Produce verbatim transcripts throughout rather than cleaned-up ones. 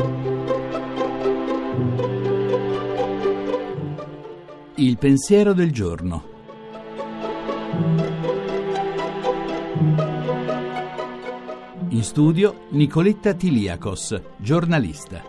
Il pensiero del giorno. In studio Nicoletta Tiliakos, giornalista.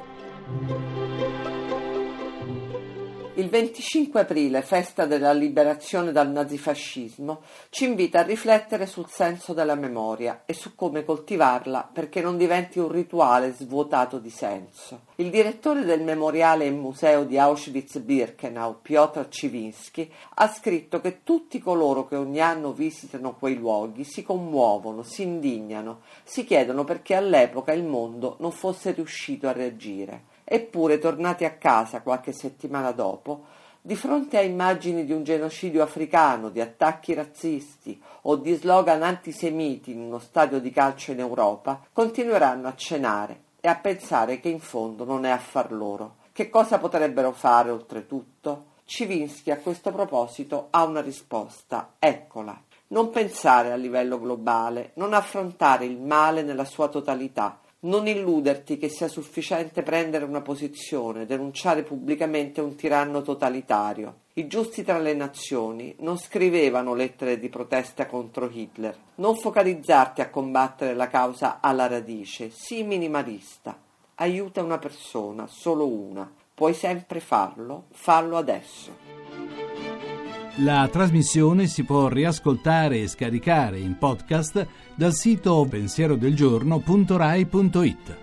Il venticinque aprile, festa della liberazione dal nazifascismo, ci invita a riflettere sul senso della memoria e su come coltivarla perché non diventi un rituale svuotato di senso. Il direttore del memoriale e museo di Auschwitz-Birkenau, Piotr Ciwiński, ha scritto che tutti coloro che ogni anno visitano quei luoghi si commuovono, si indignano, si chiedono perché all'epoca il mondo non fosse riuscito a reagire. Eppure, tornati a casa qualche settimana dopo, di fronte a immagini di un genocidio africano, di attacchi razzisti o di slogan antisemiti in uno stadio di calcio in Europa, continueranno a cenare e a pensare che in fondo non è affar loro. Che cosa potrebbero fare oltretutto? Ciwiński a questo proposito ha una risposta, eccola. Non pensare a livello globale, non affrontare il male nella sua totalità, non illuderti che sia sufficiente prendere una posizione, denunciare pubblicamente un tiranno totalitario. I giusti tra le nazioni non scrivevano lettere di protesta contro Hitler. Non focalizzarti a combattere la causa alla radice, sii minimalista. Aiuta una persona, solo una. Puoi sempre farlo, fallo adesso. La trasmissione si può riascoltare e scaricare in podcast dal sito pensierodelgiorno punto rai punto it.